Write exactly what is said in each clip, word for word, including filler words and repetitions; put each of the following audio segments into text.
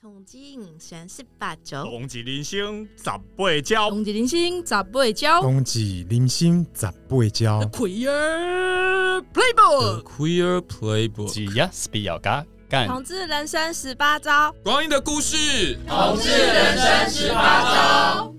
统计人生十八招， 统计人生十八招， 统计人生十八招， 统计人生十八招。 The Queer Playbook， The Queer Playbook， 只要是比较干干。 统治人生十八招， 光阴的故事， 统治人生十八招。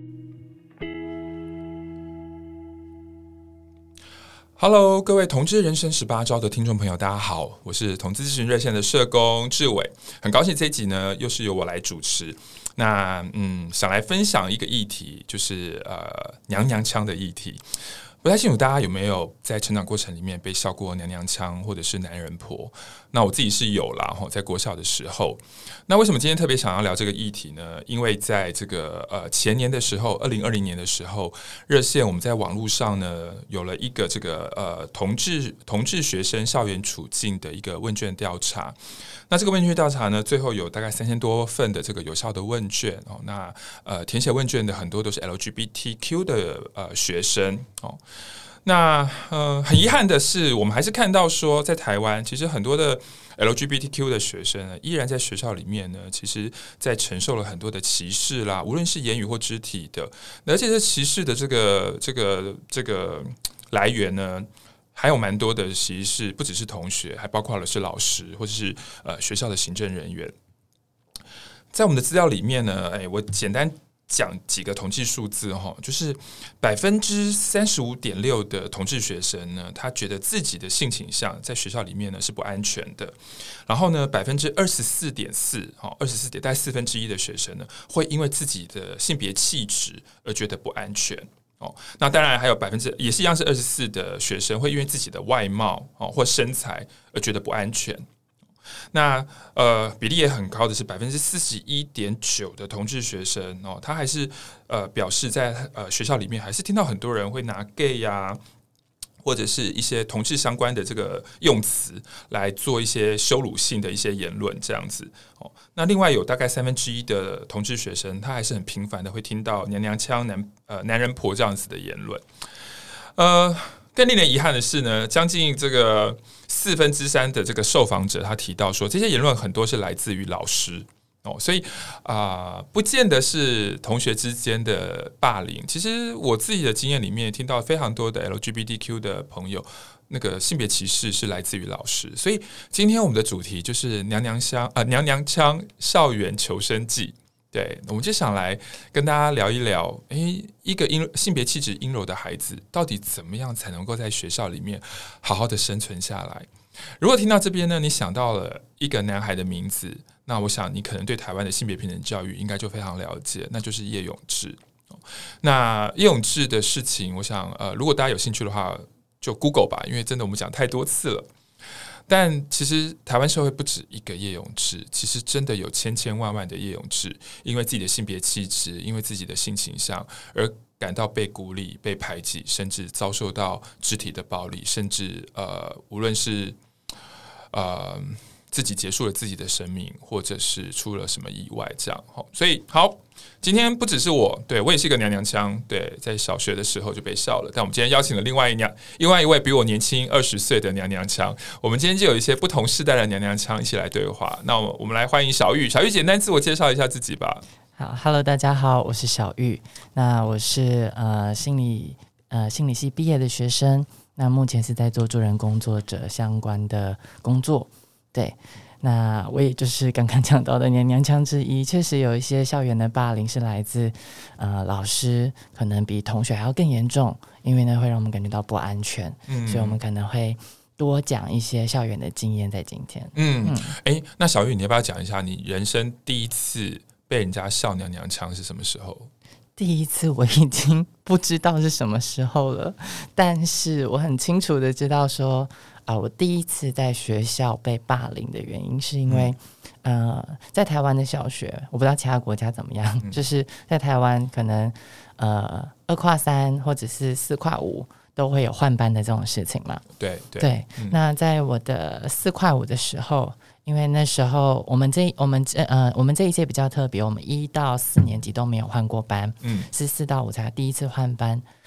Hello， 各位同志人生十八招的听众朋友，大家好，我是同志咨询热线的社工志伟，很高兴这一集呢又是由我来主持。那嗯，想来分享一个议题，就是呃娘娘腔的议题。不太清楚大家有没有在成长过程里面被笑过娘娘腔或者是男人婆？那我自己是有啦，在国小的时候。那为什么今天特别想要聊这个议题呢？因为在这个呃前年的时候，二零二零年的时候，热线我们在网络上呢有了一个这个呃同志同志学生校园处境的一个问卷调查。那这个问卷调查呢，最后有大概三千多份的这个有效的问卷哦。那呃填写问卷的很多都是 L G B T Q 的呃学生哦。那呃，很遗憾的是，我们还是看到说，在台湾，其实很多的 L G B T Q 的学生呢，依然在学校里面呢，其实在承受了很多的歧视啦，无论是言语或肢体的，而且这歧视的这个这个这个来源呢，还有蛮多的歧视，不只是同学，还包括了是老师或者是呃学校的行政人员。在我们的资料里面呢，哎，我简单讲几个统计数字哈，就是百分之三十五点六的同志学生呢，他觉得自己的性倾向在学校里面呢是不安全的。然后呢，百分之二十四点四，哈，二十四点大概四分之一的学生呢，会因为自己的性别气质而觉得不安全。哦，那当然还有百分之也是一样是二十四的学生会因为自己的外貌哦或身材而觉得不安全。那呃比例也很高的是百分之四十一点九的同志学生哦，他还是呃表示在呃学校里面还是听到很多人会拿 gay 呀、啊，或者是一些同志相关的这个用词来做一些羞辱性的一些言论这样子哦。那另外有大概三分之一的同志学生，他还是很频繁的会听到娘娘腔、男呃男人婆这样子的言论，呃。更令人遗憾的是呢，将近这个四分之三的这个受访者，他提到说，这些言论很多是来自于老师哦，所以啊、呃，不见得是同学之间的霸凌。其实我自己的经验里面，听到非常多的 L G B T Q 的朋友，那个性别歧视是来自于老师。所以今天我们的主题就是娘娘腔啊、呃，娘娘腔校园求生记。对，我们就想来跟大家聊一聊，诶，一个阴性别气质阴柔的孩子，到底怎么样才能够在学校里面好好的生存下来？如果听到这边呢，你想到了一个男孩的名字，那我想你可能对台湾的性别平等教育应该就非常了解，那就是叶永志。那叶永志的事情，我想，呃，如果大家有兴趣的话，就 Google 吧，因为真的我们讲太多次了。但其实台湾社会不止一个叶永志，其实真的有千千万万的叶永志，因为自己的性别气质，因为自己的性倾向而感到被孤立、被排挤，甚至遭受到肢体的暴力，甚至呃，无论是呃自己结束了自己的生命，或者是出了什么意外，这样。所以好，今天不只是我，对我也是一个娘娘腔，对，在小学的时候就被笑了。但我们今天邀请了另外一娘，另外一位比我年轻二十岁的娘娘腔，我们今天就有一些不同世代的娘娘腔一起来对话。那我们来欢迎小玉，小玉简单自我介绍一下自己吧。 好 ，Hello， 大家好，我是小玉。那我是呃心理呃心理系毕业的学生，那目前是在做助人工作者相关的工作。对，那我也就是刚刚讲到的娘娘腔之一，确实有一些校园的霸凌是来自呃老师，可能比同学还要更严重，因为呢会让我们感觉到不安全，嗯、所以我们可能会多讲一些校园的经验在今天。 嗯，哎、嗯，那小玉，你要不要讲一下你人生第一次被人家笑娘娘腔是什么时候？ 第一次我已经不知道是什么时候了，但是我很清楚的知道说啊，我第一次在学校被霸凌的原因是因为、嗯、呃，在台湾的小学，我不知道其他国家怎么样，嗯、就是在台湾可能呃二跨三或者是四跨五都会有换班的这种事情嘛。 对 对, 对、嗯、那在我的四跨五的时候，因为那时候我们这我们呃我们这一届比较特别，我们一到四年级都没有换过班，嗯，是四到五才第一次换班。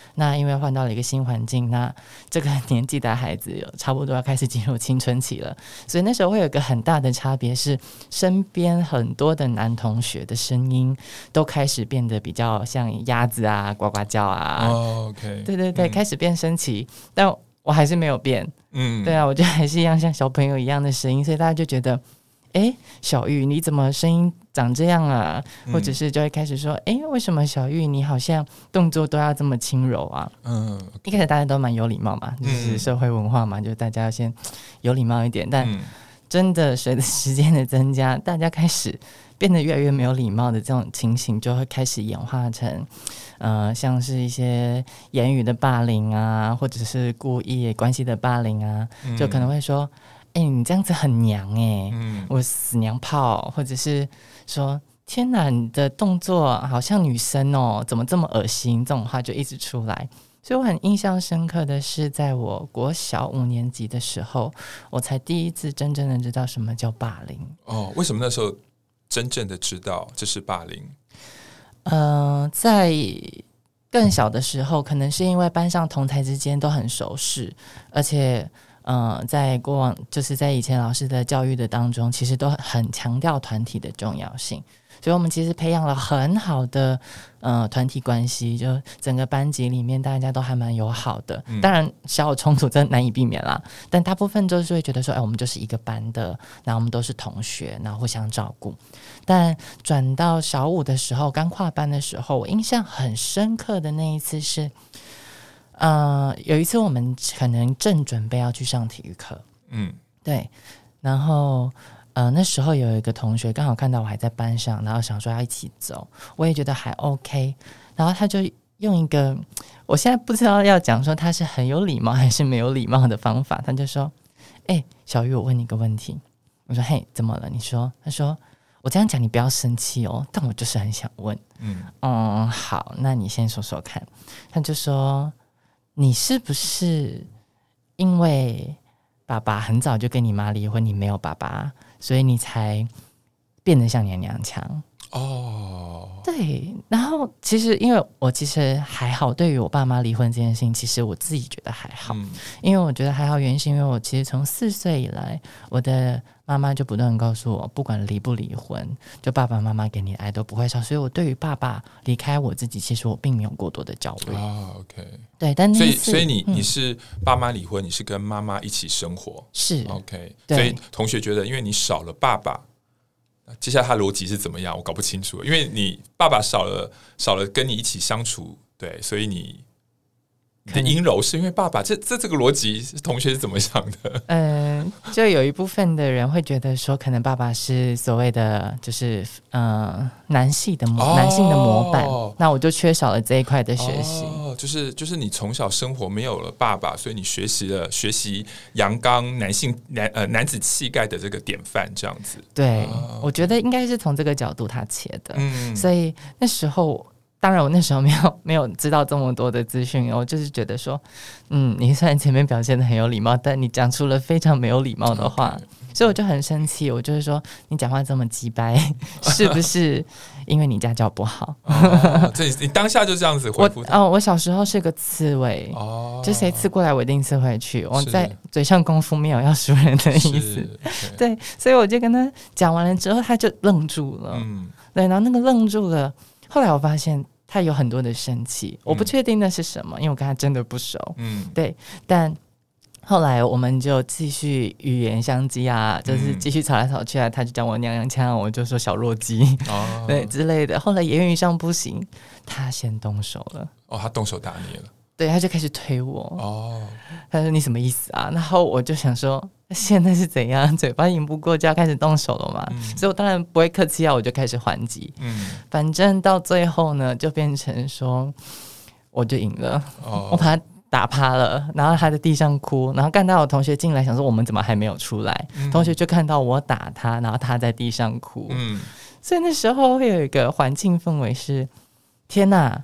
那因为换到了一个新环境，那这个年纪的孩子有差不多要开始进入青春期了，所以那时候会有一个很大的差别是，身边很多的男同学的声音都开始变得比较像鸭子啊、呱呱叫啊。 哦 ，OK， 对对对， 嗯、 开始变声期，但我还是没有变。 嗯， 对啊，我觉得还是一样像小朋友一样的声音，所以大家就觉得，哎，小玉你怎么声音长这样啊？ 嗯、 或者是就会开始说，哎，为什么小玉你好像动作都要这么轻柔啊？嗯，一开始大家都蛮有礼貌嘛，就是社会文化嘛，嗯、就大家要先有礼貌一点。但真的随着时间的增加，大家开始变得越来越没有礼貌的这种情形，就会开始演化成。呃，像是一些言语的霸凌啊，或者是故意关系的霸凌啊，嗯、就可能会说：“哎、欸，你这样子很娘哎、欸，嗯、我死娘炮。”或者是说：“天哪，你的动作好像女生哦，怎么这么恶心？”这种话就一直出来。所以我很印象深刻的是，在我国小五年级的时候，我才第一次真正的知道什么叫霸凌。 哦，为什么那时候真正的知道这是霸凌？ 呃，在更小的时候，可能是因为班上同才之间都很熟识，而且，呃，在过往就是在以前老师的教育的当中，其实都很强调团体的重要性，所以我们其实培养了很好的呃团体关系，就整个班级里面大家都还蛮友好的。嗯、当然，小有冲突真的难以避免啦，但大部分都是会觉得说，哎，我们就是一个班的，然后我们都是同学，然后互相照顾。但转到小五的时候，刚跨班的时候，我印象很深刻的那一次是，呃，有一次我们可能正准备要去上体育课，嗯，对，然后呃那时候有一个同学刚好看到我还在班上，然后想说要一起走，我也觉得还 OK， 然后他就用一个我现在不知道要讲说他是很有礼貌还是没有礼貌的方法，他就说：“哎、欸，小玉，我问你个问题。”我说：“嘿，怎么了？你说。”他说。我这样讲你不要生气哦，但我就是很想问。嗯, 嗯好，那你先说说看。他就说，你是不是因为爸爸很早就跟你妈离婚，你没有爸爸，所以你才变得像娘娘腔？哦，对。然后其实因为我其实还好，对于我爸妈离婚这件事情，其实我自己觉得还好。嗯、因为我觉得还好，原因是因为我其实从四岁以来，我的妈妈就不断告诉我，不管离不离婚，就爸爸妈妈给你的爱都不会少。所以我对于爸爸离开我自己，其实我并没有过多的焦虑。 啊 ，OK， 对，但所以所以你、嗯、你是爸妈离婚，你是跟妈妈一起生活， 是 OK， 所以同学觉得，因为你少了爸爸。接下来他逻辑是怎么样？我搞不清楚，因为你爸爸少了少了跟你一起相处，对，所以你你的阴柔是因为爸爸，这这这个逻辑同学是怎么想的？ 嗯、呃，就有一部分的人会觉得说，可能爸爸是所谓的就是呃男性的模、哦、男性的模板，那我就缺少了这一块的学习。 哦，就是就是你从小生活没有了爸爸，所以你学习了学习阳刚男性男呃男子气概的这个典范，这样子。 对，哦、我觉得应该是从这个角度他切的，嗯，所以那时候。当然，我那时候没有没有知道这么多的资讯，我就是觉得说，嗯，你虽然前面表现得很有礼貌，但你讲出了非常没有礼貌的话， okay. 所以我就很生气。我就是说，你讲话这么鸡掰，是不是因为你家教不好？ 哦，这你当下就这样子回复他。 哦，我小时候是个刺猬，哦，就谁刺过来，我一定刺回去。我在嘴上功夫没有要输人的意思，okay. 对，所以我就跟他讲完了之后，他就愣住了，嗯，对，然后那个愣住了。后来我发现他有很多的生气，我不确定那是什么，因为我跟他真的不熟。嗯，对。但后来我们就继续语言相激啊，就是继续吵来吵去啊。他就讲我娘娘腔，我就说小弱鸡，哦、对之类的。后来言语上不行，他先动手了。 哦，他动手打你了。 对，他就开始推我。哦，他说你什么意思啊？然后我就想说，现在是怎样？嘴巴赢不过就要开始动手了嘛？嗯、所以我当然不会客气啊，我就开始还击。嗯，反正到最后呢，就变成说我就赢了。哦，我把他打趴了，然后他在地上哭，然后看到我同学进来，想说我们怎么还没有出来？嗯、同学就看到我打他，然后他在地上哭。嗯，所以那时候会有一个环境氛围是：天哪！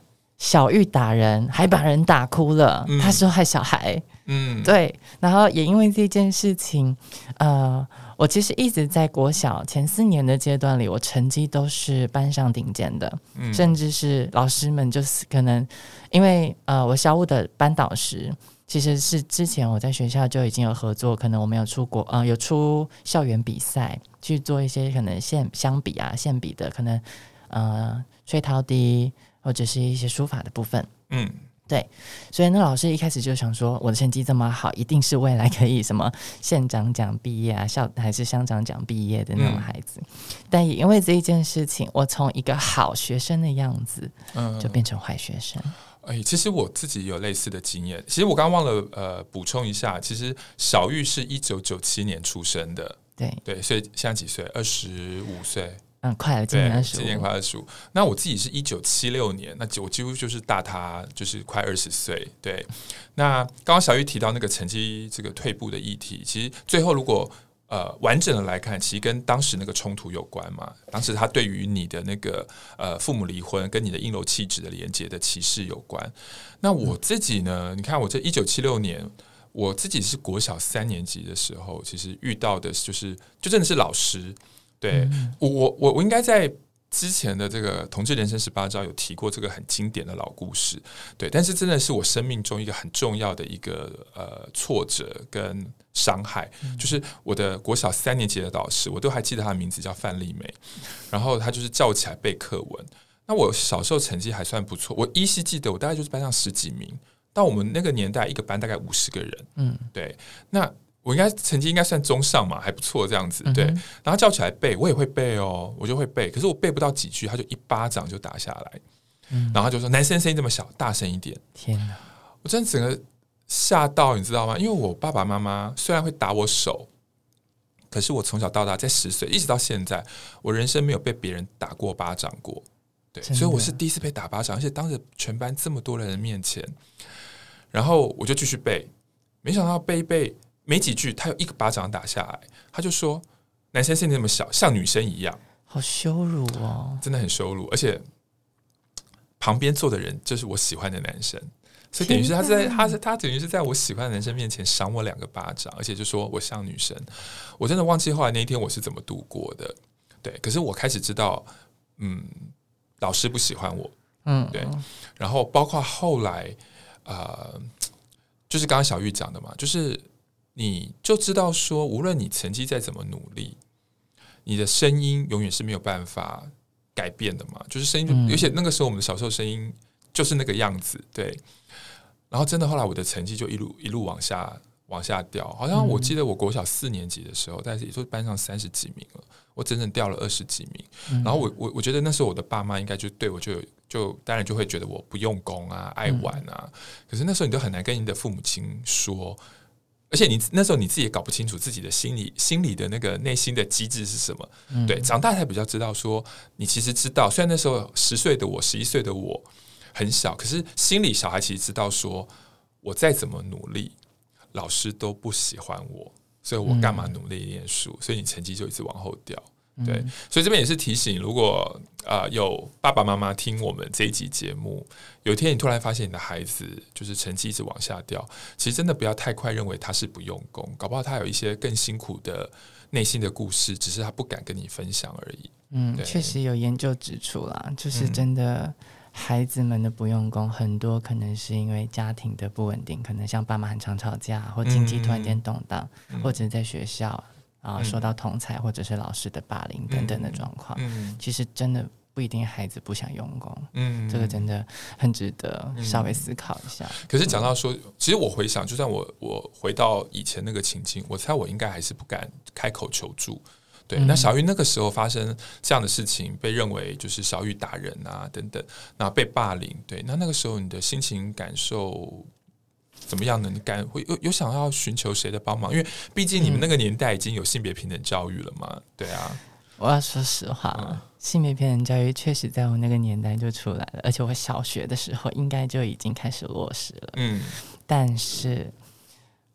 小玉打人，还把人打哭了， 嗯、 他是害小孩。 嗯， 对，然后也因为这件事情，呃，我其实一直在国小前四年的阶段里，我成绩都是班上顶尖的，嗯、甚至是老师们就是可能因为呃，我小五的班导师其实是之前我在学校就已经有合作，可能我们有出国呃有出校园比赛去做一些可能线相比啊线比的可能呃吹陶笛或者是一些书法的部分，嗯。对，所以那老师一开始就想说，我的成绩这么好，一定是未来可以什么县长奖毕业啊，校还是乡长奖毕业的那种孩子。嗯、但也因为这一件事情，我从一个好学生的样子，就变成坏学生。 哎，其实我自己有类似的经验。其实我刚刚忘了呃补充一下，其实小玉是一九九七年出生的， 对对，所以现在几岁？二十五岁。 嗯，快了，今年二十五， 今年快二十五。那我自己是一九七六年，那我几乎就是大他就是快二十岁。对，那刚刚小玉提到那个成绩这个退步的议题，其实最后如果呃完整的来看，其实跟当时那个冲突有关嘛。当时他对于你的那个呃父母离婚跟你的阴柔气质的连结的歧视有关。那我自己呢，你看我这一九七六年。我自己是国小三年级的时候，其实遇到的就是就真的是老师。对、嗯、我我我应该在之前的这个同志人生十八招有提过这个很经典的老故事，对，但是真的是我生命中一个很重要的一个呃挫折跟伤害，嗯、就是我的国小三年级的导师，我都还记得他的名字叫范丽梅，然后他就是叫我起来背课文。那我小时候成绩还算不错，我依稀记得我大概就是班上十几名，到我们那个年代一个班大概五十个人，嗯，对，那。我应该成绩应该算中上嘛，还不错这样子，对。然后叫起来背，我也会背哦，我就会背。可是我背不到几句，他就一巴掌就打下来，嗯、然后他就说：“男生声音这么小，大声一点。” 天哪！ 我真的整个吓到，你知道吗？因为我爸爸妈妈虽然会打我手，可是我从小到大，在十岁一直到现在，我人生没有被别人打过巴掌过，对，所以我是第一次被打巴掌，而且当着全班这么多人的面前，然后我就继续背，没想到背一背。没几句，他有一个巴掌打下来，他就说：“男生声音那么小，像女生一样。” 好羞辱哦， 真的很羞辱。而且旁边坐的人就是我喜欢的男生，所以等于是他在他他等于是在我喜欢的男生面前赏我两个巴掌，而且就说我像女生。我真的忘记后来那一天我是怎么度过的。对，可是我开始知道，嗯，老师不喜欢我，嗯，对。然后包括后来，呃，就是刚刚小玉讲的嘛，就是。你就知道说，无论你成绩再怎么努力，你的声音永远是没有办法改变的嘛。就是声音就，嗯、而且那个时候我们的小时候声音就是那个样子，对。然后真的后来我的成绩就一路一路往下往下掉，好像我记得我国小四年级的时候，但是也就班上三十几名了，我整整掉了二十几名。嗯、然后我我我觉得那时候我的爸妈应该就对我就有就当然就会觉得我不用功啊，爱玩啊。嗯、可是那时候你都很难跟你的父母亲说。而且你那时候你自己也搞不清楚自己的心理心理的那个内心的机制是什么，嗯、对，长大才比较知道说，你其实知道，虽然那时候十岁的我、十一岁的我很小，可是心里小孩其实知道说，我再怎么努力，老师都不喜欢我，所以我干嘛努力念书？嗯、所以你成绩就一直往后掉。对，嗯、所以这边也是提醒，如果呃有爸爸妈妈听我们这一集节目，有一天你突然发现你的孩子就是成绩一直往下掉，其实真的不要太快认为他是不用功，搞不好他有一些更辛苦的内心的故事，只是他不敢跟你分享而已。 嗯，确实有研究指出啦，就是真的孩子们的不用功，很多可能是因为家庭的不稳定，可能像爸妈很常吵架，或经济突然间动荡，嗯、或者在学校。啊，受到同侪或者是老师的霸凌等等的状况，嗯、其实真的不一定孩子不想用功，嗯、这个真的很值得稍微思考一下。 嗯、可是讲到说，其实我回想，就算我我回到以前那个情境，我猜我应该还是不敢开口求助。对，嗯、那小玉那个时候发生这样的事情，被认为就是小玉打人啊等等，那被霸凌，对，那那个时候你的心情感受。怎么样呢？你敢会 有, 有想要寻求谁的帮忙？因为毕竟你们那个年代已经有性别平等教育了嘛，对啊。 我要说实话，嗯、性别平等教育确实在我那个年代就出来了，而且我小学的时候应该就已经开始落实了。嗯，但是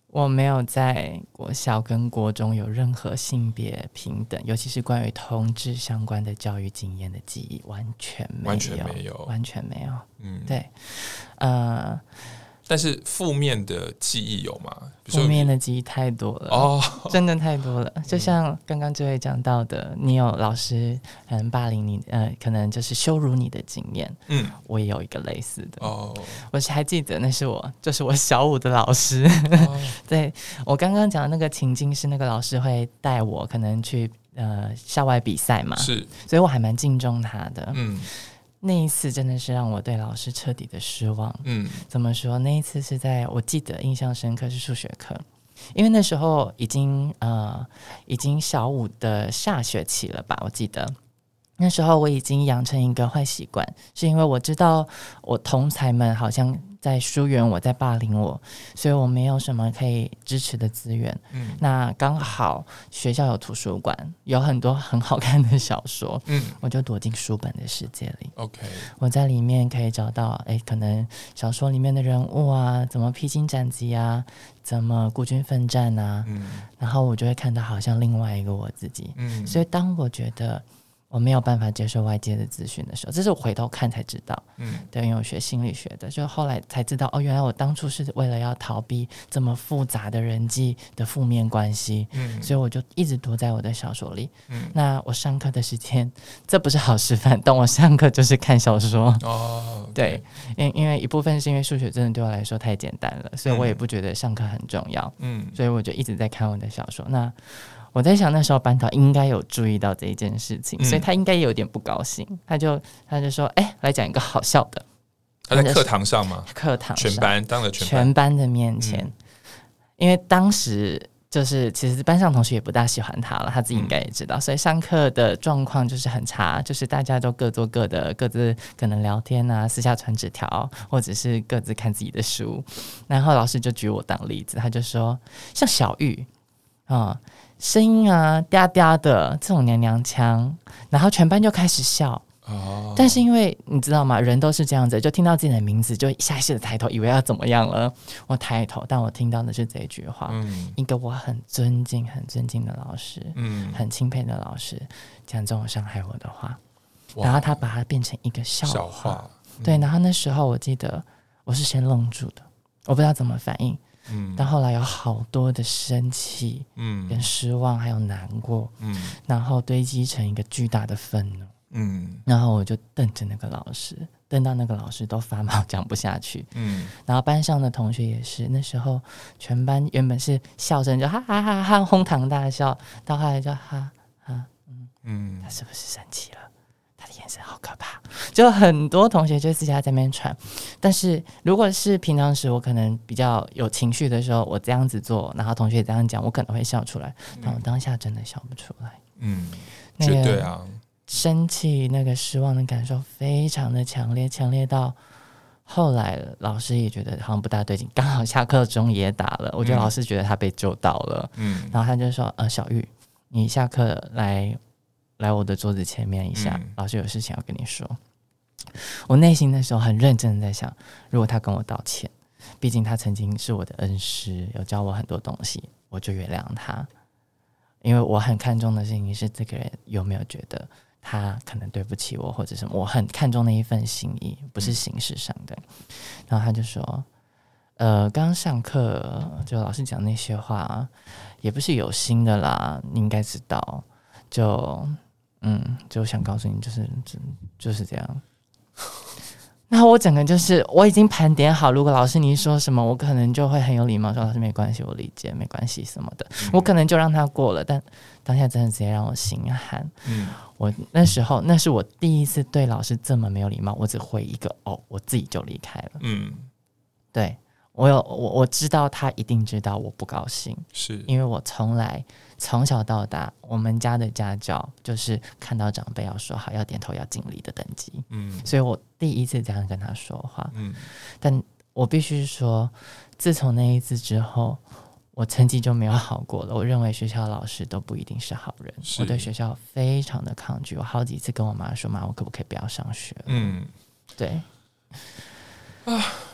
我没有在国小跟国中有任何性别平等，尤其是关于同志相关的教育经验的记忆，完全没有， 完全没有， 完全没有。 嗯， 对，呃， 但是负面的记忆有吗？ 负面的记忆太多了哦， 真的太多了。就像刚刚这位讲到的，你有老师可能霸凌你，呃，可能就是羞辱你的经验。嗯，我也有一个类似的。哦，我还记得那是我，就是我小五的老师。哦、对我刚刚讲的那个情境是，那个老师会带我可能去呃校外比赛嘛， 是， 所以我还蛮敬重他的。嗯。那一次真的是让我对老师彻底的失望。嗯，怎么说？那一次是在我记得印象深刻是数学课，因为那时候已经呃已经小五的下学期了吧，我记得。那时候我已经养成一个坏习惯，是因为我知道我同侪们好像在疏远我，在霸凌我，所以我没有什么可以支持的资源。嗯，那刚好学校有图书馆，有很多很好看的小说，嗯，我就躲进书本的世界里。 OK， 我在里面可以找到，哎，可能小说里面的人物啊，怎么披荆斩棘啊，怎么孤军奋战啊，嗯，然后我就会看到好像另外一个我自己。嗯，所以当我觉得我没有办法接受外界的资讯的时候，这是我回头看才知道，嗯，对，因为我学心理学的，就后来才知道，哦，原来我当初是为了要逃避这么复杂的人际的负面关系，嗯，所以我就一直躲在我的小说里，嗯，那我上课的时间，这不是好示范，但我上课就是看小说，哦， okay. 对，因因为一部分是因为数学真的对我来说太简单了，所以我也不觉得上课很重要，嗯，所以我就一直在看我的小说，那。我在想那时候班导应该有注意到这一件事情，嗯、所以他应该也有点不高兴，他就他就说：“哎、欸，来讲一个好笑的。” 他在课堂上吗？ 课堂上， 全班当了全班全班的面前、嗯，因为当时就是其实班上同学也不大喜欢他了，他自己应该也知道，嗯、所以上课的状况就是很差，就是大家都各做各的，各自可能聊天啊，私下传纸条，或者是各自看自己的书。然后老师就举我当例子，他就说：“像小玉啊。嗯”声音啊嗲嗲的这种娘娘腔，然后全班就开始笑、哦、但是因为你知道吗，人都是这样子，就听到自己的名字就下意识的抬头，以为要怎么样了，我抬头，但我听到的是这句话、嗯、一个我很尊敬很尊敬的老师、嗯、很钦佩的老师讲这种伤害我的话，然后他把它变成一个笑话, 笑话、嗯、对，然后那时候我记得我是先愣住的，我不知道怎么反应，嗯，但后来有好多的生气，嗯，跟失望，还有难过，嗯，然后堆积成一个巨大的愤怒，嗯，然后我就瞪着那个老师，瞪到那个老师都发毛，讲不下去，嗯，然后班上的同学也是，那时候全班原本是笑声就哈哈哈哈哄堂大笑，到后来就哈哈，嗯嗯，他是不是生气了？他的眼神好可怕，就很多同学就私下在那边传，但是如果是平常时我可能比较有情绪的时候，我这样子做，然后同学这样讲，我可能会笑出来，但我当下真的笑不出来。嗯，那个、 绝对啊， 生气那个失望的感受非常的强烈，强烈到后来老师也觉得好像不大对劲，刚好下课钟也打了，我觉得老师觉得他被救到了，嗯，然后他就说：“呃，小玉，你下课来。”来我的桌子前面一下、嗯、老师有事情要跟你说。我内心的时候很认真的在想，如果他跟我道歉，毕竟他曾经是我的恩师，有教我很多东西，我就原谅他，因为我很看重的事情是这个人有没有觉得他可能对不起我，或者什么，我很看重那一份心意，不是形式上的、嗯、然后他就说呃，刚刚上课就老师讲那些话也不是有心的啦，你应该知道，就嗯，就想告诉你，就是就就是这样。那我整个就是我已经盘点好，如果老师你说什么，我可能就会很有礼貌说老师没关系，我理解，没关系什么的，嗯、我可能就让他过了。但当下真的直接让我心寒。嗯，我那时候那是我第一次对老师这么没有礼貌，我只回一个哦，我自己就离开了。嗯，对。我有我我知道他一定知道我不高兴，是因为我从来从小到大，我们家的家教就是看到长辈要说好，要点头，要敬礼的等级。嗯，所以我第一次这样跟他说话。嗯，但我必须说，自从那一次之后，我成绩就没有好过了。我认为学校老师都不一定是好人，我对学校非常的抗拒。我好几次跟我妈说，妈，我可不可以不要上学了？嗯，对。啊。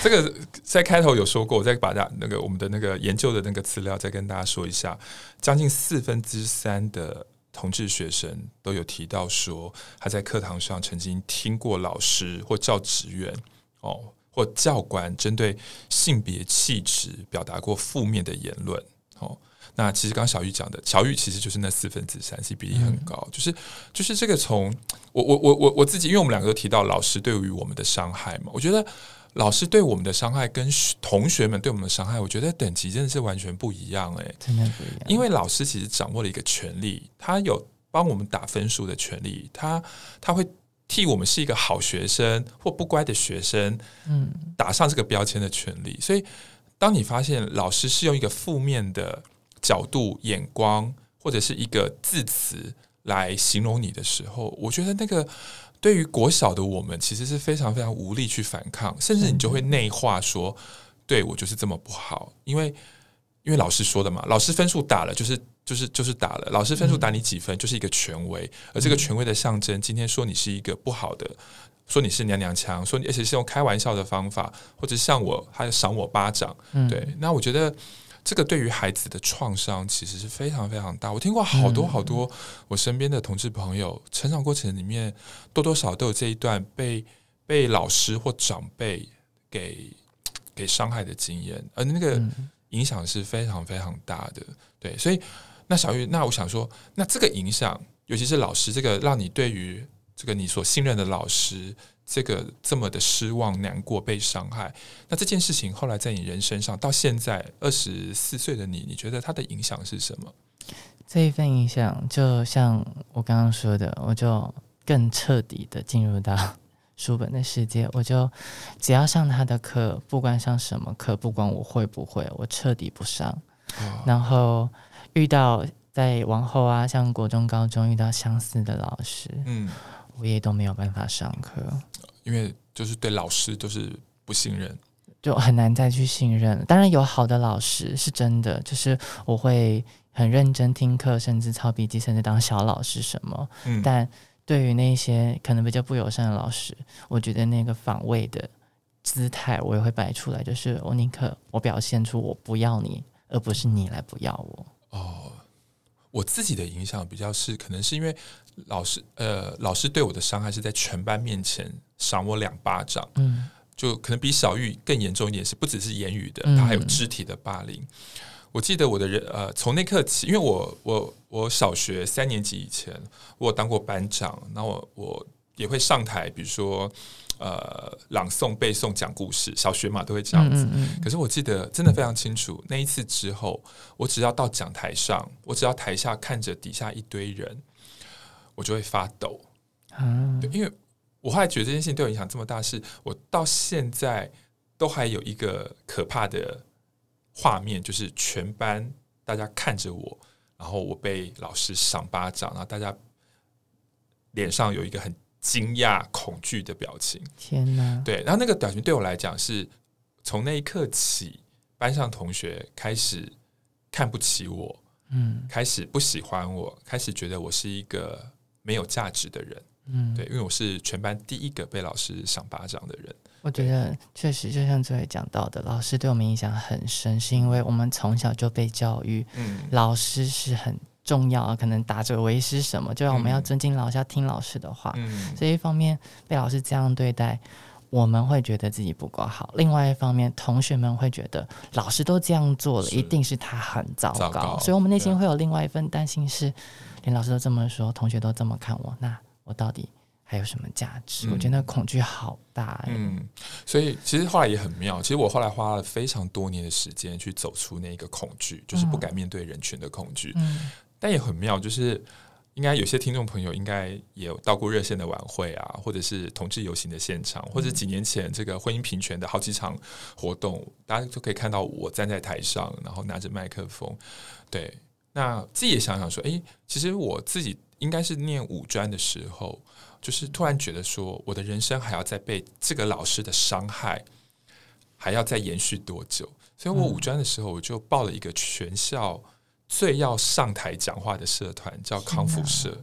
这个在开头有说过，我再把大那个我们的那个研究的那个资料再跟大家说一下，将近四分之三的同志学生都有提到说，他在课堂上曾经听过老师或教职员哦或教官针对性别气质表达过负面的言论哦。那其实刚刚小玉讲的，小玉其实就是那四分之三，是比例很高。嗯、就是就是这个从我我我我我自己，因为我们两个都提到老师对于我们的伤害嘛，我觉得老师对我们的伤害跟同学们对我们的伤害，我觉得等级真的是完全不一样哎、欸， 真的不一样。 因为老师其实掌握了一个权利，他有帮我们打分数的权利，他他会替我们是一个好学生或不乖的学生，嗯，打上这个标签的权利。所以，当你发现老师是用一个负面的角度、眼光或者是一个字词来形容你的时候，我觉得那个对于国小的我们其实是非常非常无力去反抗，甚至你就会内化说，对我就是这么不好，因为因为老师说的嘛，老师分数打了就是就是就是打了，老师分数打你几分就是一个权威，而这个权威的象征，今天说你是一个不好的，说你是娘娘腔，说你而且是用开玩笑的方法，或者像我还赏我巴掌，对，那我觉得。这个对于孩子的创伤其实是非常非常大。我听过好多好多我身边的同志朋友，成长过程里面多多少少都有这一段被被老师或长辈给给伤害的经验，而那个影响是非常非常大的。对，所以那小玉，那我想说，那这个影响，尤其是老师，这个让你对于这个你所信任的老师。这个这么的失望、难过、被伤害，那这件事情后来在你人身上，到现在二十四岁的你，你觉得它的影响是什么？ 这一份影响，就像我刚刚说的，我就更彻底的进入到书本的世界。我就只要上他的课，不管上什么课，不管我会不会，我彻底不上。哦、然后遇到在往后啊，像国中、高中遇到相似的老师，嗯。我也都没有办法上课， 因为就是对老师就是不信任， 就很难再去信任。当然有好的老师是真的，就是我会很认真听课，甚至抄笔记，甚至当小老师什么。嗯、但对于那些可能比较不友善的老师，我觉得那个防卫的姿态我也会摆出来，就是我宁可我表现出我不要你，而不是你来不要我。 哦，我自己的影响比较是，可能是因为。老师，呃，老师对我的伤害是在全班面前赏我两巴掌，嗯，就可能比小玉更严重一点，是不只是言语的，他还有肢体的霸凌。嗯、我记得我的人，呃，从那刻起，因为我我我小学三年级以前，我有当过班长，然后我我也会上台，比如说呃朗诵、背诵、讲故事，小学嘛都会这样子。嗯嗯嗯可是我记得真的非常清楚，那一次之后，我只要到讲台上，我只要台下看着底下一堆人。我就会发抖，嗯、对，因为我后来觉得这件事情对我影响这么大，是我到现在都还有一个可怕的画面，就是全班大家看着我，然后我被老师赏巴掌，然后大家脸上有一个很惊讶、恐惧的表情。 天哪！ 对，然后那个表情对我来讲，是从那一刻起，班上同学开始看不起我，嗯，开始不喜欢我，开始觉得我是一个。没有价值的人，嗯，对，因为我是全班第一个被老师赏巴掌的人。 我觉得确实，就像这位讲到的，老师对我们影响很深，是因为我们从小就被教育，嗯，老师是很重要，可能打者为师什么，就让我们要尊敬老师，要听老师的话。嗯，所以一方面被老师这样对待，我们会觉得自己不够好；另外一方面，同学们会觉得老师都这样做了，一定是他很糟糕，糟糕所以我们内心会有另外一份担心是。连老师都这么说，同学都这么看我，那我到底还有什么价值？嗯、我觉得那恐惧好大、欸。嗯， 所以其实后来也很妙。其实我后来花了非常多年的时间去走出那个恐惧，就是不敢面对人群的恐惧。嗯、但也很妙，就是应该有些听众朋友应该也有到过热线的晚会啊，或者是同志游行的现场，或者几年前这个婚姻平权的好几场活动，大家都可以看到我站在台上，然后拿着麦克风，对。那自己也想想说，哎，其实我自己应该是念五专的时候，就是突然觉得说，我的人生还要再被这个老师的伤害，还要再延续多久？所以我五专的时候，我就报了一个全校最要上台讲话的社团，叫康复社。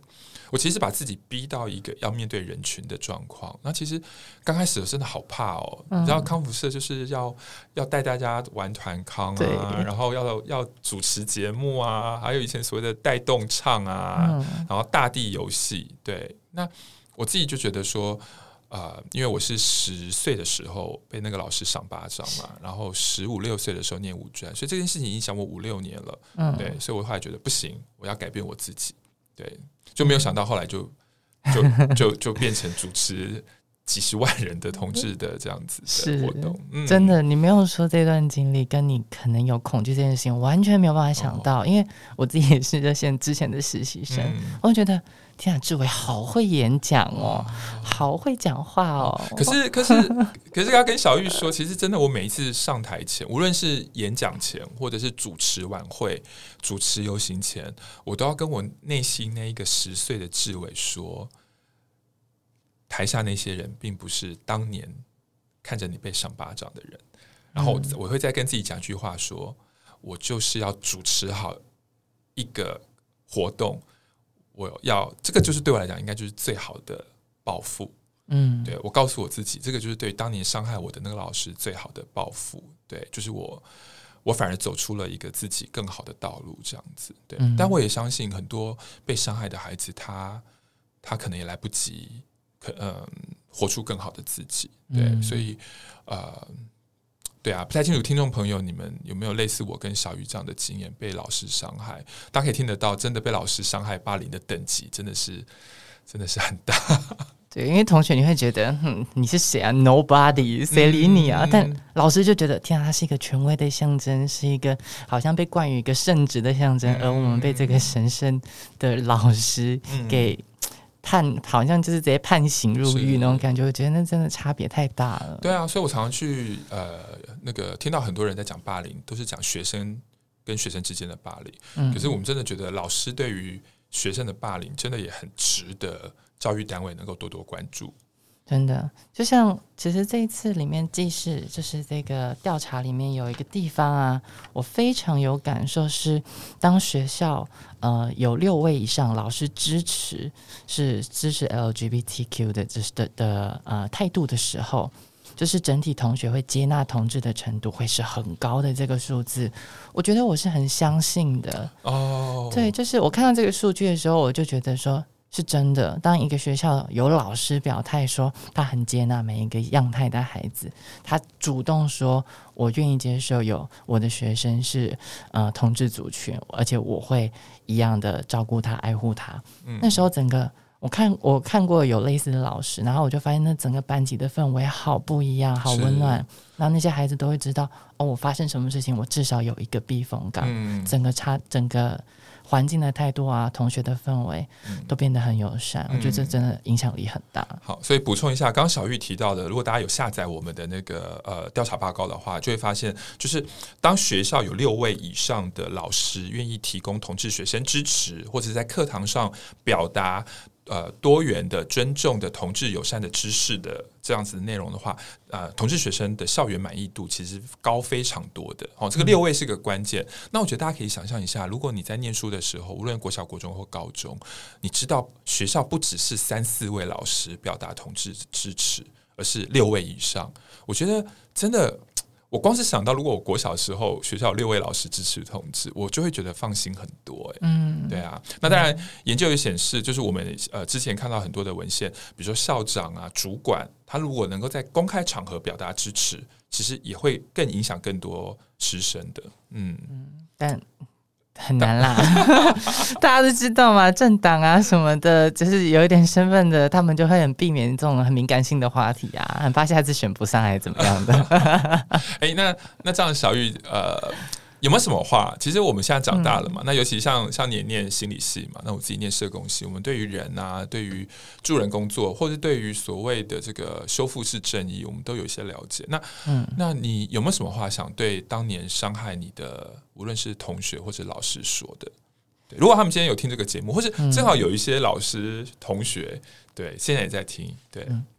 我其实把自己逼到一个要面对人群的状况。那其实刚开始我真的好怕哦，嗯、你知道康复社就是要要带大家玩团康啊，然后要要主持节目啊，还有以前所谓的带动唱啊，嗯、然后大地游戏。对，那我自己就觉得说。呃，因为我是十岁的时候被那个老师赏巴掌嘛，然后十五六岁的时候念五专，所以这件事情影响我五六年了。嗯，对，所以我后来觉得不行，我要改变我自己。对，就没有想到后来就就就就变成主持几十万人的同志的这样子的活动。嗯、 真的，你没有说这段经历跟你可能有恐惧这件事情，完全没有办法想到。哦、因为我自己也是热线之前的实习生，嗯、我觉得。天啊，志伟好会演讲哦，好会讲话哦。 可是，可是，可是要跟小玉说，其实真的，我每一次上台前，无论是演讲前，或者是主持晚会、主持游行前，我都要跟我内心那一个十岁的志伟说，台下那些人并不是当年看着你被赏巴掌的人。然后我，我会再跟自己讲一句话说，我就是要主持好一个活动。我要这个就是对我来讲，应该就是最好的报复。嗯，对我告诉我自己，这个就是对当年伤害我的那个老师最好的报复。对，就是我，我反而走出了一个自己更好的道路，这样子。对，嗯、但我也相信很多被伤害的孩子，他他可能也来不及，可嗯、呃，活出更好的自己。对，嗯、所以呃。对啊，不太清楚听众朋友你们有没有类似我跟小玉这样的经验，被老师伤害？大家可以听得到，真的被老师伤害霸凌的等级真的是真的是很大。 对，因为同学你会觉得，嗯，你是谁啊 ？Nobody， 谁理你啊？嗯、但老师就觉得，天啊，他是一个权威的象征，是一个好像被冠于一个圣职的象征，嗯、而我们被这个神圣的老师给。嗯判好像就是直接判刑入狱那种感觉，我觉得那真的差别太大了。 对啊，所以我常常去呃那个听到很多人在讲霸凌，都是讲学生跟学生之间的霸凌。嗯、可是我们真的觉得老师对于学生的霸凌，真的也很值得教育单位能够多多关注。 真的，就像其实这一次里面，既是就是这个调查里面有一个地方啊，我非常有感受是，当学校呃有六位以上老师支持是支持 L G B T Q 的的的的呃态度的时候，就是整体同学会接纳同志的程度会是很高的这个数字，我觉得我是很相信的哦。对，就是我看到这个数据的时候，我就觉得说。是真的，当一个学校有老师表态说他很接纳每一个样态的孩子，他主动说我愿意接受有我的学生是呃同志族群，而且我会一样的照顾他爱护他、嗯、那时候整个我看我看过有类似的老师，然后我就发现那整个班级的氛围好不一样，好温暖，然后那些孩子都会知道哦，我发生什么事情我至少有一个避风港、嗯、整个差整个环境的态度啊，同学的氛围都变得很友善、嗯、我觉得这真的影响力很大。 好，所以补充一下，刚刚小玉提到的，如果大家有下载我们的那个呃调查报告的话，就会发现，就是当学校有六位以上的老师愿意提供同志学生支持，或者在课堂上表达呃多元的、尊重的、同志友善的知识的这样子的内容的话，呃，同志学生的校园满意度其实高非常多的。哦，这个六位是个关键。嗯、那我觉得大家可以想象一下，如果你在念书的时候，无论国小、国中或高中，你知道学校不只是三四位老师表达同志支持，而是六位以上。我觉得真的。我光是想到，如果我国小的时候学校有六位老师支持同志，我就会觉得放心很多、欸。嗯，对啊。那当然，研究也显示，就是我们呃之前看到很多的文献，比如说校长啊、主管，他如果能够在公开场合表达支持，其实也会更影响更多师生的。嗯，嗯但。很难啦，大家都知道嘛，政党啊什么的，就是有一点身份的，他们就会很避免这种很敏感性的话题啊，很怕下次选不上还是怎么样的。 哎、欸，那那这样小玉呃。有没有什么话？其实我们现在长大了嘛，嗯、那尤其像像你也念心理系嘛，那我自己念社工系，我们对于人啊，对于助人工作，或者对于所谓的这个修复式正义，我们都有一些了解。那、嗯、那你有没有什么话想对当年伤害你的，无论是同学或者老师说的？对，如果他们今天有听这个节目，或是正好有一些老师、同学，对，现在也在听，对，嗯。嗯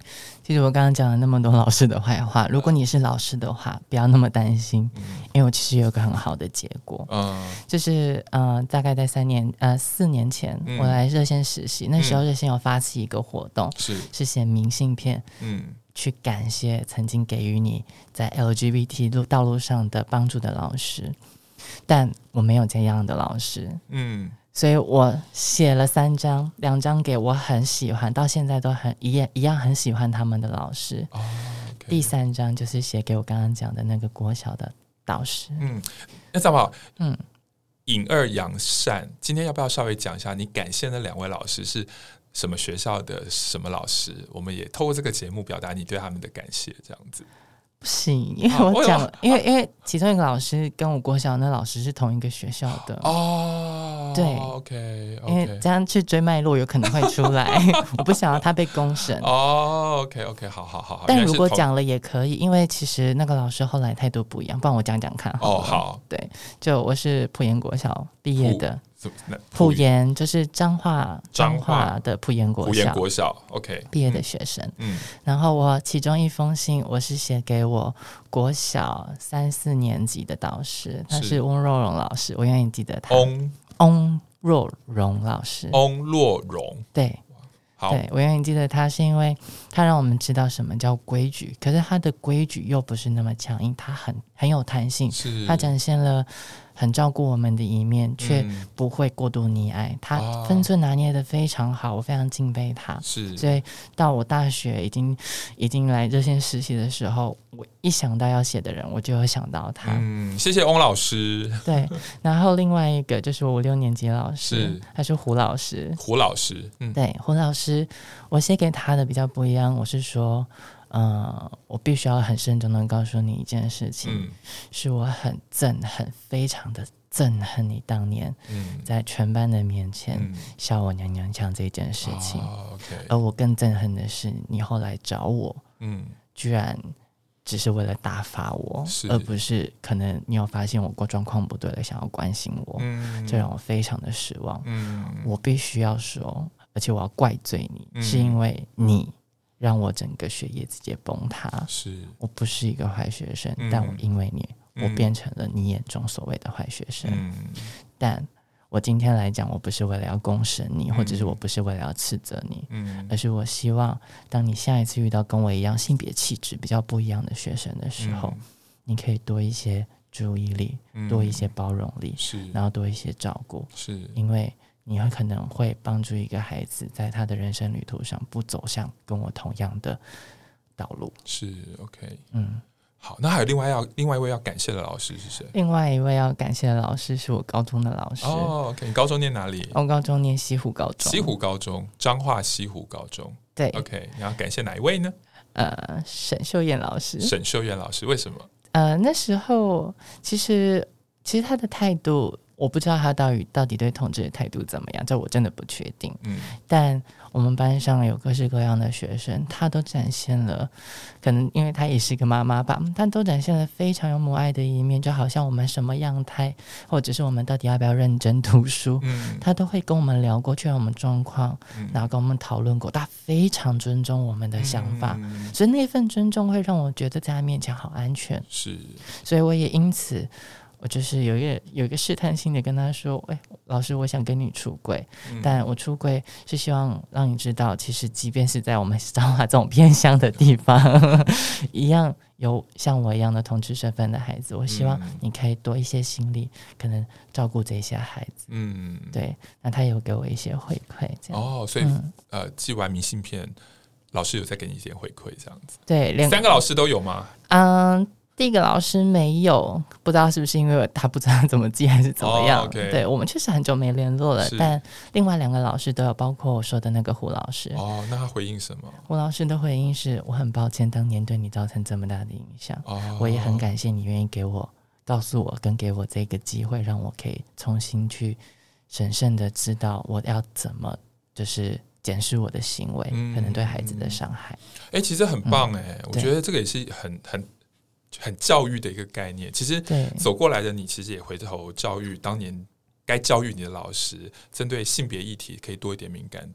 其实我刚刚讲了那么多老师的坏话，如果你是老师的话，不要那么担心，嗯、因为我其实有一个很好的结果，嗯、就是呃，大概在三年呃四年前，嗯、我来热线实习，那时候热线有发起一个活动，是、嗯、是写明信片，嗯，去感谢曾经给予你在 L G B T 路道路上的帮助的老师，但我没有这样的老师，嗯。所以我写了三张，两张给我很喜欢，到现在都很一样一样很喜欢他们的老师。Oh, okay. 第三张就是写给我刚刚讲的那个国小的导师。 嗯，那这样好，嗯，隐二扬善，今天要不要稍微讲一下你感谢的两位老师是什么学校的什么老师？我们也透过这个节目表达你对他们的感谢，这样子。 不行，因为我讲、哦，因为因为其中一个老师跟我国小那老师是同一个学校的哦。对 ，OK，, okay. 因为这样去追脉络有可能会出来，我不想要他被公审。 哦 ，OK OK， 好好好。 但如果讲了也可以，因为其实那个老师后来态度不一样，不然我讲讲看好了。 哦，好。 对，就我是埔盐国小毕业的。埔盐就是彰化彰化的埔盐国小，埔盐国小 OK 毕业的学生。嗯，然后我其中一封信我是写给我国小三四年级的导师，他是翁若荣老师，我永远记得他。翁翁若荣老师， 翁若荣， 对。对，我永远记得他，是因为他让我们知道什么叫规矩，可是他的规矩又不是那么强硬，他很很有弹性，他展现了很照顾我们的一面，却不会过度溺爱，他分寸拿捏得非常好，我非常敬佩他。是，所以到我大学已经已经来热线实习的时候，我一想到要写的人，我就有想到他。 嗯，谢谢翁老师。 对，然后另外一个就是我五六年级老师，他是胡老师。 胡老师， 嗯，对，胡老师。我写给他的比较不一样，我是说，呃，我必须要很慎重的告诉你一件事情，嗯、是我很憎恨，非常的憎恨你当年在全班的面前笑我娘娘腔这件事情，嗯 okay、而我更憎恨的是你后来找我，嗯、居然只是为了打发我，而不是可能你有发现我过状况不对了，想要关心我，嗯、这让我非常的失望。嗯、我必须要说。而且我要怪罪你，嗯、是因为你让我整个学业直接崩塌。是我不是一个坏学生，嗯、但我因为你，嗯、我变成了你眼中所谓的坏学生。嗯、但我今天来讲，我不是为了要公审你，嗯、或者是我不是为了要斥责你，嗯、而是我希望，当你下一次遇到跟我一样性别气质比较不一样的学生的时候，嗯、你可以多一些注意力，嗯、多一些包容力，然后多一些照顾。是因为。你会可能会帮助一个孩子在他的人生旅途上不走向跟我同样的道路。是 OK， 嗯，好，那还有另外要另外一位要感谢的老师是谁？另外一位要感谢的老师是我高中的老师。 哦 ，OK， 你高中念哪里？ 我高中念西湖高中。 西湖高中，彰化西湖高中。 对 ，OK， 你要感谢哪一位呢？ 呃，沈秀燕老师。 沈秀燕老师，为什么？ 呃，那时候其实其实他的态度。我不知道他到底到底对同志的态度怎么样，这我真的不确定。嗯，但我们班上有各式各样的学生，他都展现了，可能因为他也是个妈妈吧，他都展现了非常有母爱的一面，就好像我们什么样态，或者是我们到底要不要认真读书，嗯、他都会跟我们聊过，确认我们状况，嗯、然后跟我们讨论过，他非常尊重我们的想法，嗯、所以那份尊重会让我觉得在他面前好安全。是，所以我也因此。我就是有一个有一个试探性的跟他说，哎、欸，老师，我想跟你出柜，嗯、但我出柜是希望让你知道，其实即便是在我们彰化这种偏乡的地方，一样有像我一样的同志身份的孩子，我希望你可以多一些心力，可能照顾这些孩子。嗯，对，那他有给我一些回馈，这样哦，所以、嗯、呃，寄完明信片，老师有再给你一点回馈，这样子。 对， 三个老师都有吗？ 嗯。第一个老师没有，不知道是不是因为他不知道怎么记还是怎么样。Oh, okay. 对，我们确实很久没联络了，但另外两个老师都有，包括我说的那个胡老师。 哦， oh, 那他回应什么？ 胡老师的回应是：我很抱歉当年对你造成这么大的影响， oh. 我也很感谢你愿意给我告诉我跟给我这个机会，让我可以重新去审慎的知道我要怎么就是检视我的行为，嗯、可能对孩子的伤害。 哎、欸，其实很棒哎、欸，嗯、我觉得这个也是很很。很教育的一个概念，其实走过来的你，其实也回头教育当年该教育你的老师，针对性别议题可以多一点敏感度。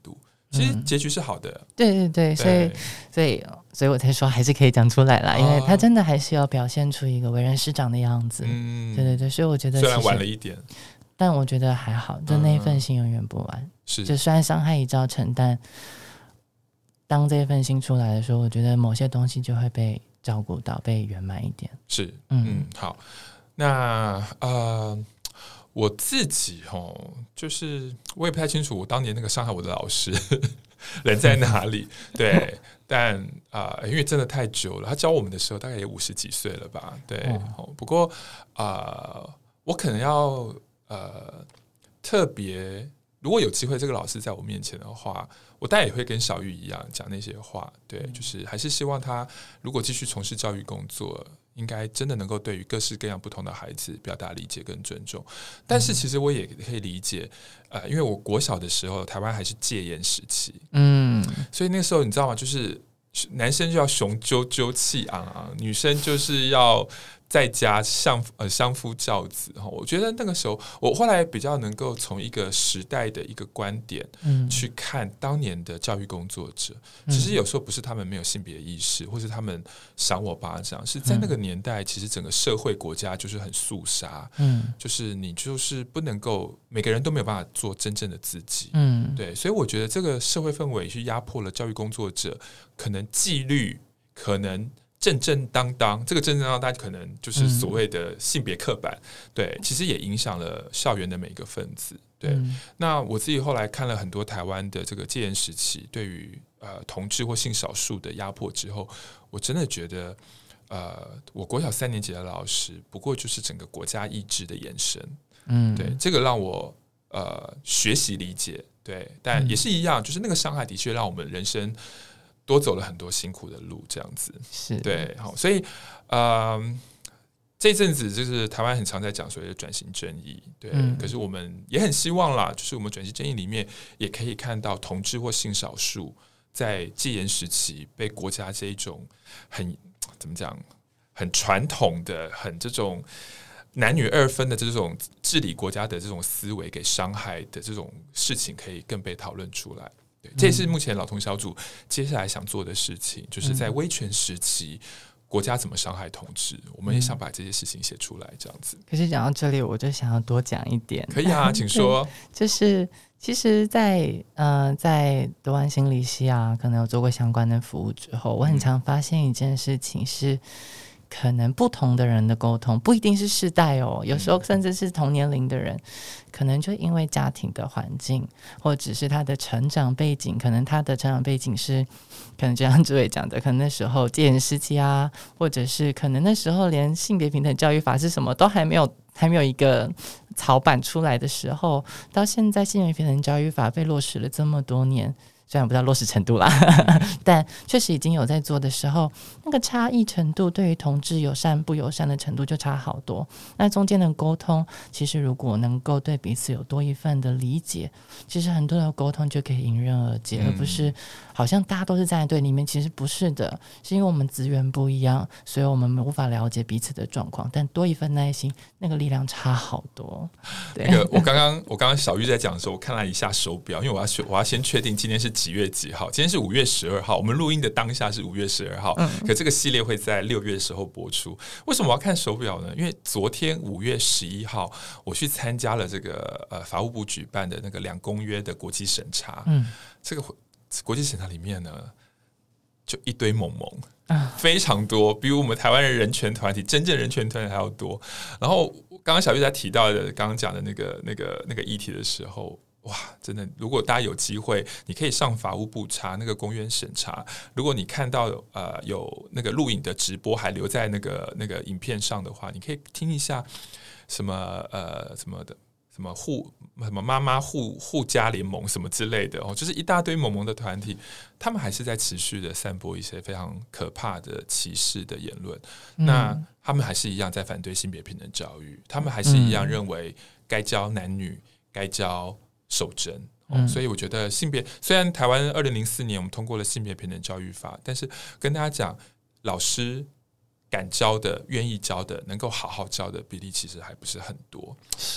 其实结局是好的。 嗯、对对对，所以所以所以我才说还是可以讲出来啦，哦、因为他真的还是要表现出一个为人师长的样子。嗯，对对对，所以我觉得虽然晚了一点， 但我觉得还好，就那一份心永远不完。嗯、 是， 就虽然伤害已造成，但当这份心出来的时候，我觉得某些东西就会被照顾到，被圆满一点。 是，嗯，嗯好，那呃。我自己哦，就是我也不太清楚，我当年那个伤害我的老师人在哪里？对，但啊、呃，因为真的太久了，他教我们的时候大概也五十几岁了吧？对，哦、不过啊、呃，我可能要呃特别，如果有机会这个老师在我面前的话，我当然也会跟小玉一样讲那些话。对，就是还是希望他如果继续从事教育工作，应该真的能够对于各式各样不同的孩子表达理解跟尊重。但是其实我也可以理解，呃，因为我国小的时候台湾还是戒严时期，嗯，所以那时候你知道吗？就是男生就要雄赳赳气昂昂，女生就是要在家相呃相夫教子。我觉得那个时候，我后来比较能够从一个时代的一个观点，嗯，去看当年的教育工作者。其实有时候不是他们没有性别意识，或是他们赏我巴掌，是在那个年代，其实整个社会国家就是很肃杀，嗯，就是你就是不能够每个人都没有办法做真正的自己，嗯，对，所以我觉得这个社会氛围去压迫了教育工作者，可能纪律，可能正正当当，这个正正当当可能就是所谓的性别刻板，嗯、对，其实也影响了校园的每一个分子。对，嗯、那我自己后来看了很多台湾的这个戒严时期对于呃同志或性少数的压迫之后，我真的觉得，呃，我国小三年级的老师不过就是整个国家意志的延伸。嗯，对，这个让我呃学习理解，对，但也是一样，就是那个伤害的确让我们人生多走了很多辛苦的路，这样子是对，好，所以呃，这阵子就是台湾很常在讲所谓的转型正义，对、嗯，可是我们也很希望啦，就是我们转型正义里面也可以看到同志或性少数在戒严时期被国家这一种很怎么讲，很传统的、很这种男女二分的这种治理国家的这种思维给伤害的这种事情，可以更被讨论出来。这也是目前老同小组接下来想做的事情，就是在威权时期国家怎么伤害同志，我们也想把这些事情写出来，这样子。 可是讲到这里，我就想要多讲一点。 可以啊，请说。 就是其实在，呃在读完心理系啊，可能有做过相关的服务之后，我很常发现一件事情是，可能不同的人的沟通不一定是世代哦，有时候甚至是同年龄的人，可能就因为家庭的环境，或者是他的成长背景，可能他的成长背景是，可能就像志伟讲的，可能那时候戒严时期啊，或者是可能那时候连性别平等教育法是什么都还没有，还没有一个草版出来的时候，到现在性别平等教育法被落实了这么多年。虽然不知道落实程度啦，但确实已经有在做的时候，那个差异程度对于同志友善不友善的程度就差好多。那中间的沟通，其实如果能够对彼此有多一份的理解，其实很多的沟通就可以迎刃而解，嗯、而不是好像大家都是站在对立面。其实不是的，是因为我们资源不一样，所以我们无法了解彼此的状况。但多一份耐心，那个力量差好多。对， 那个我刚刚我刚刚小玉在讲的时候，我看了一下手表，因为我要我要先确定今天是几月几号？今天是五月十二号，我们录音的当下是五月十二号，嗯、可这个系列会在六月的时候播出。为什么我要看手表呢？因为昨天五月十一号，我去参加了这个呃法务部举办的那个两公约的国际审查。嗯，这个国际审查里面呢，就一堆萌萌。非常多，比我们台湾的人权团体、真正人权团体还要多。然后刚刚小玉在提到的、刚刚讲的那个、那个、那个议题的时候，哇，真的，如果大家有机会，你可以上法务部查那个公约审查。如果你看到呃有那个录影的直播还留在那个那个影片上的话，你可以听一下什么呃什么的。什么护什么妈妈护护家联盟什么之类的哦，就是一大堆萌萌的团体，他们还是在持续的散播一些非常可怕的歧视的言论。嗯、那他们还是一样在反对性别平等教育，他们还是一样认为该教男女，该教守贞。哦嗯、所以我觉得性别虽然台湾二零零四年我们通过了性别平等教育法，但是跟大家讲，老师敢教的、愿意教的、能够好好教的比例其实还不是很多。 是。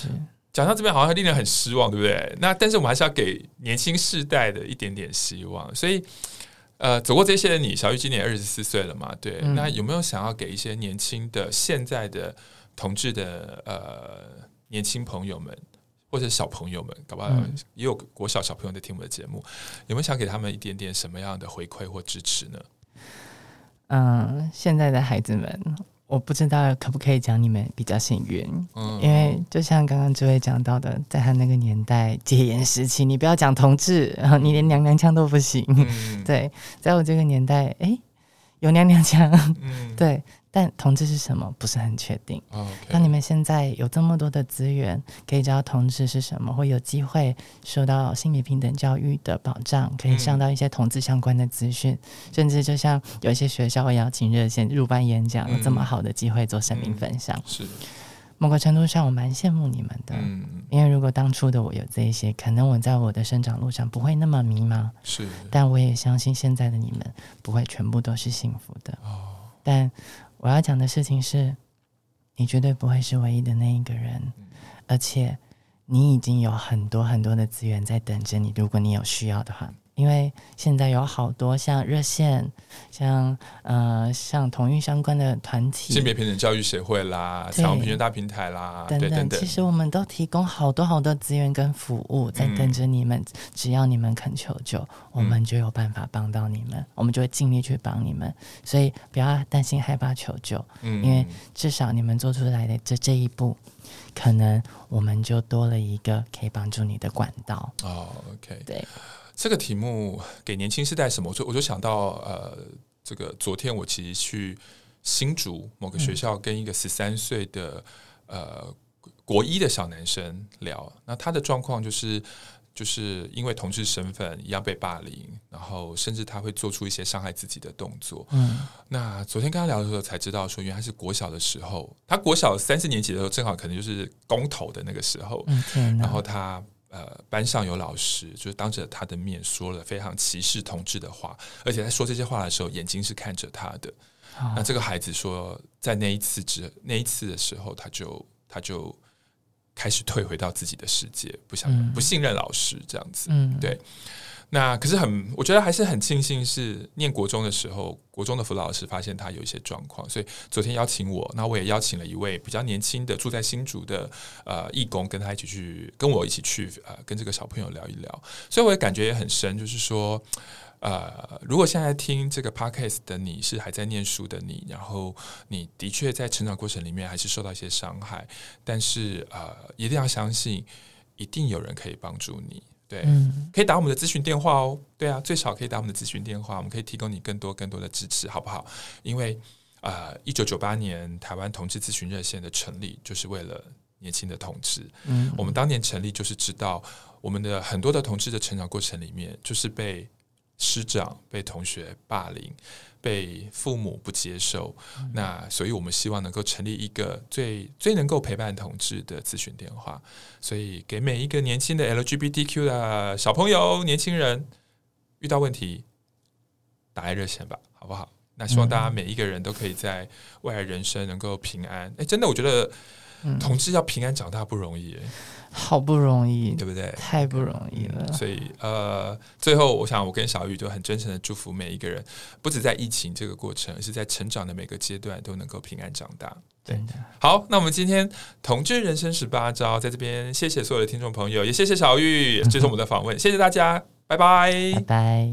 讲到这边好像令人很失望，对不对？那但是我们还是要给年轻世代的一点点希望，所以呃，走过这些的你，小玉今年二十四岁了嘛，对、嗯，那有没有想要给一些年轻的现在的同志的呃年轻朋友们，或者小朋友们，搞不好也有国小小朋友在听我们的节目，有没有想给他们一点点什么样的回馈或支持呢？ 嗯，现在的孩子们。我不知道可不可以讲你们比较幸运、嗯、因为就像刚刚这位讲到的，在他那个年代戒严时期，你不要讲同志，你连娘娘腔都不行、嗯、对，在我这个年代哎，有娘娘腔、嗯、对，但同志是什么不是很确定、哦 okay、当你们现在有这么多的资源可以知道同志是什么，会有机会受到性别平等教育的保障，可以上到一些同志相关的资讯、嗯、甚至就像有一些学校会邀请热线入班演讲、嗯、有这么好的机会做生命分享、嗯、是某个程度上我蛮羡慕你们的、嗯、因为如果当初的我有这一些，可能我在我的生长路上不会那么迷茫，是，但我也相信现在的你们不会全部都是幸福的、哦、但我要讲的事情是，你绝对不会是唯一的那一个人、嗯、而且你已经有很多很多的资源在等着你，如果你有需要的话，因为现在有好多像热线，像呃像同运相关的团体， 性别平等教育协会啦，彩虹平权大平台啦， 等等，对等等，其实我们都提供好多好多资源跟服务在等着你们、嗯、只要你们肯求救，我们就有办法帮到你们、嗯、我们就会尽力去帮你们，所以不要担心害怕求救、嗯、因为至少你们做出来的这这一步，可能我们就多了一个可以帮助你的管道。 哦 OK， 对， 这个题目给年轻世代什么，我就我就想到呃，这个昨天我其实去新竹某个学校跟一个十三岁的、嗯、呃国一的小男生聊，那他的状况就是就是因为同志身份一样被霸凌，然后甚至他会做出一些伤害自己的动作。嗯，那昨天跟他聊的时候才知道说，原来是国小的时候，他国小三四年级的时候，正好可能就是公投的那个时候，嗯、然后他。呃，班上有老师就是当着他的面说了非常歧视同志的话，而且在说这些话的时候眼睛是看着他的、哦、那这个孩子说在那一次之那一次的时候他就他就开始退回到自己的世界，不想、嗯、不信任老师这样子、嗯、对。那可是很我觉得还是很庆幸是念国中的时候，国中的辅导老师发现他有一些状况，所以昨天邀请我，那我也邀请了一位比较年轻的住在新竹的呃义工，跟他一起去跟我一起去呃跟这个小朋友聊一聊，所以我也感觉也很深，就是说呃如果现在听这个 podcast 的你是还在念书的你，然后你的确在成长过程里面还是受到一些伤害，但是呃一定要相信一定有人可以帮助你，对、嗯，可以打我们的咨询电话哦。对啊，最少可以打我们的咨询电话，我们可以提供你更多更多的支持，好不好？因为呃，一九九八年台湾同志咨询热线的成立，就是为了年轻的同志。嗯，我们当年成立就是知道，我们的很多的同志的成长过程里面，就是被师长、被同学霸凌，被父母不接受、嗯、那所以我们希望能够成立一个最最能够陪伴同志的咨询电话，所以给每一个年轻的 L G B T Q 的小朋友年轻人遇到问题打来热线吧，好不好？那希望大家每一个人都可以在未来人生能够平安。哎，真的我觉得同志要平安长大不容易， 好不容易， 对不对？ 太不容易了。 嗯、所以呃，最后我想我跟小玉都很真诚的祝福每一个人，不只在疫情这个过程，而是在成长的每个阶段都能够平安长大。对，好，那我们今天同志人生十八招在这边，谢谢所有的听众朋友，也谢谢小玉接受我们的访问，谢谢大家，拜拜， 拜拜。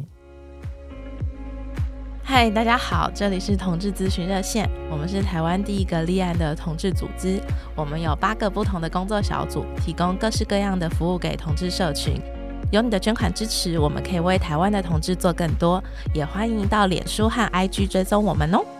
嗨，大家好，这里是同志咨询热线，我们是台湾第一个立案的同志组织，我们有八个不同的工作小组，提供各式各样的服务给同志社群。有你的捐款支持，我们可以为台湾的同志做更多，也欢迎到脸书和 I G 追踪我们哦。